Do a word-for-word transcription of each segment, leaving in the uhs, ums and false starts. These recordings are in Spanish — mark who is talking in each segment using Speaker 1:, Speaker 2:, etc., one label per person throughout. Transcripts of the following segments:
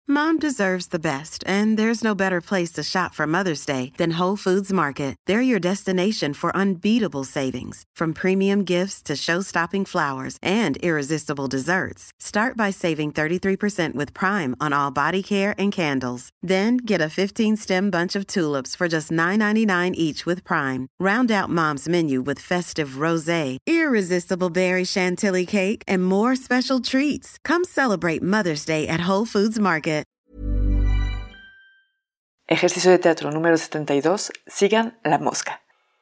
Speaker 1: Mom deserves the best, and there's no better place to shop for Mother's Day than Whole Foods Market. They're your destination for unbeatable savings, from premium gifts to show-stopping flowers and irresistible desserts. Start by saving thirty-three percent with Prime on all body care and candles. Then get a fifteen-stem bunch of tulips for just nine ninety-nine each with Prime. Round out Mom's menu with festive rosé, irresistible berry chantilly cake, and more special treats. Come celebrate Mother's Day at Whole Foods Market.
Speaker 2: Ejercicio de teatro número setenta y dos. Sigan la mosca.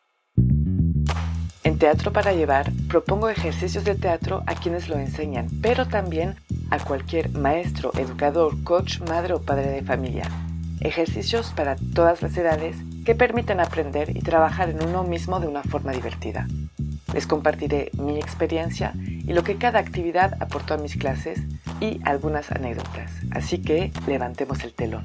Speaker 2: En Teatro para Llevar propongo ejercicios de teatro a quienes lo enseñan, pero también a cualquier maestro, educador, coach, madre o padre de familia. Ejercicios para todas las edades que permiten aprender y trabajar en uno mismo de una forma divertida. Les compartiré mi experiencia y lo que cada actividad aportó a mis clases y algunas anécdotas. Así que levantemos el telón.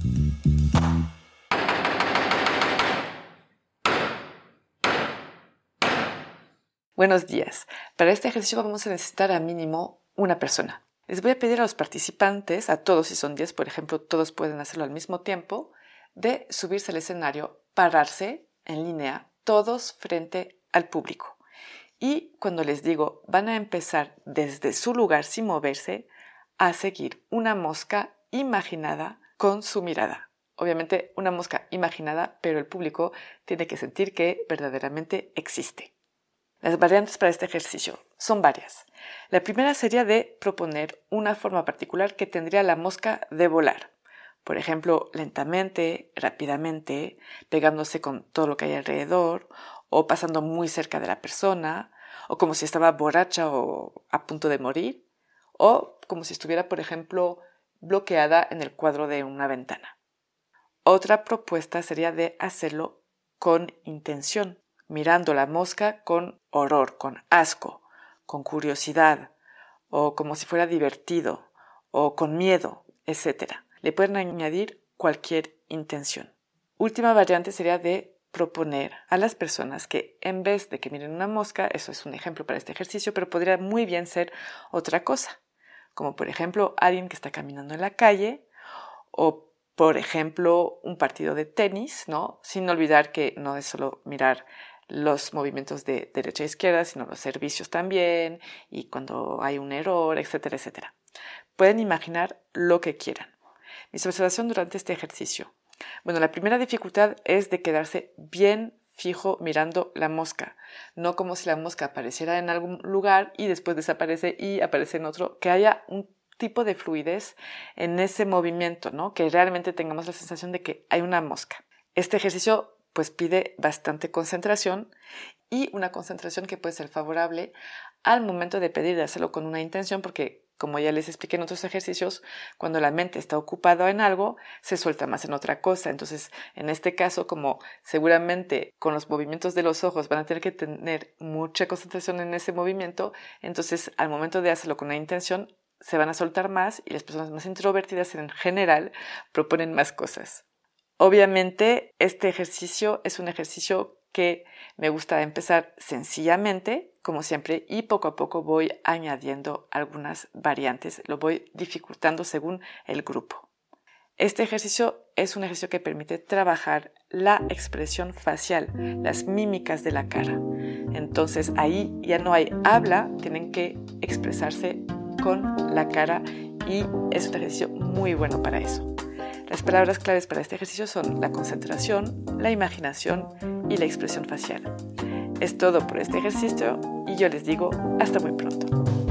Speaker 2: Buenos días. Para este ejercicio vamos a necesitar a mínimo una persona. Les voy a pedir a los participantes, a todos si son diez, por ejemplo, todos pueden hacerlo al mismo tiempo, de subirse al escenario, pararse en línea, todos frente al público. Y cuando les digo, van a empezar desde su lugar sin moverse a seguir una mosca imaginada con su mirada. Obviamente una mosca imaginada, pero el público tiene que sentir que verdaderamente existe. Las variantes para este ejercicio son varias. La primera sería de proponer una forma particular que tendría la mosca de volar. Por ejemplo, lentamente, rápidamente, pegándose con todo lo que hay alrededor, o pasando muy cerca de la persona, o como si estaba borracha o a punto de morir, o como si estuviera, por ejemplo, bloqueada en el cuadro de una ventana. Otra propuesta sería de hacerlo con intención, mirando la mosca con horror, con asco, con curiosidad, o como si fuera divertido, o con miedo, etcétera. Le pueden añadir cualquier intención. Última variante sería de proponer a las personas que en vez de que miren una mosca, eso es un ejemplo para este ejercicio, pero podría muy bien ser otra cosa, como por ejemplo alguien que está caminando en la calle, o por ejemplo un partido de tenis, ¿no? Sin olvidar que no es solo mirar los movimientos de derecha a izquierda, sino los servicios también, y cuando hay un error, etcétera, etcétera. Pueden imaginar lo que quieran. Mi observación durante este ejercicio. Bueno, la primera dificultad es de quedarse bien fijo mirando la mosca, no como si la mosca apareciera en algún lugar y después desaparece y aparece en otro, que haya un tipo de fluidez en ese movimiento, ¿no? Que realmente tengamos la sensación de que hay una mosca. Este ejercicio pues pide bastante concentración y una concentración que puede ser favorable al momento de pedir de hacerlo con una intención, porque como ya les expliqué en otros ejercicios, cuando la mente está ocupada en algo, se suelta más en otra cosa. Entonces, en este caso, como seguramente con los movimientos de los ojos van a tener que tener mucha concentración en ese movimiento, entonces al momento de hacerlo con una intención, se van a soltar más y las personas más introvertidas en general proponen más cosas. Obviamente, este ejercicio es un ejercicio que me gusta empezar sencillamente, como siempre, y poco a poco voy añadiendo algunas variantes, lo voy dificultando según el grupo. Este ejercicio es un ejercicio que permite trabajar la expresión facial, las mímicas de la cara. Entonces ahí ya no hay habla, tienen que expresarse con la cara y es un ejercicio muy bueno para eso. Las palabras claves para este ejercicio son la concentración, la imaginación y la expresión facial. Es todo por este ejercicio y yo les digo hasta muy pronto.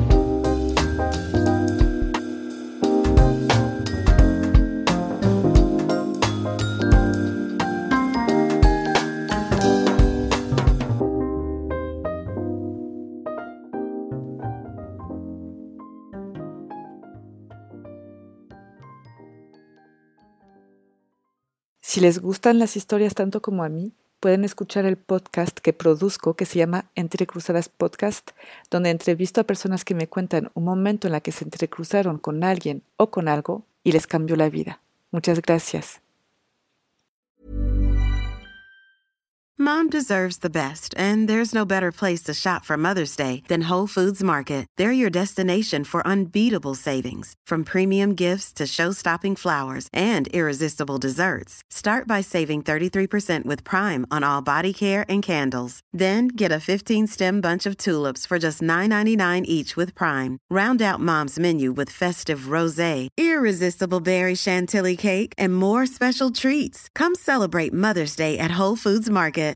Speaker 2: Si les gustan las historias tanto como a mí, pueden escuchar el podcast que produzco que se llama Entrecruzadas Podcast, donde entrevisto a personas que me cuentan un momento en la que se entrecruzaron con alguien o con algo y les cambió la vida. Muchas gracias.
Speaker 1: Mom deserves the best, and there's no better place to shop for Mother's Day than Whole Foods Market. They're your destination for unbeatable savings, from premium gifts to show-stopping flowers and irresistible desserts. Start by saving thirty-three percent with Prime on all body care and candles. Then get a fifteen-stem bunch of tulips for just nine ninety-nine each with Prime. Round out Mom's menu with festive rosé, irresistible berry chantilly cake, and more special treats. Come celebrate Mother's Day at Whole Foods Market.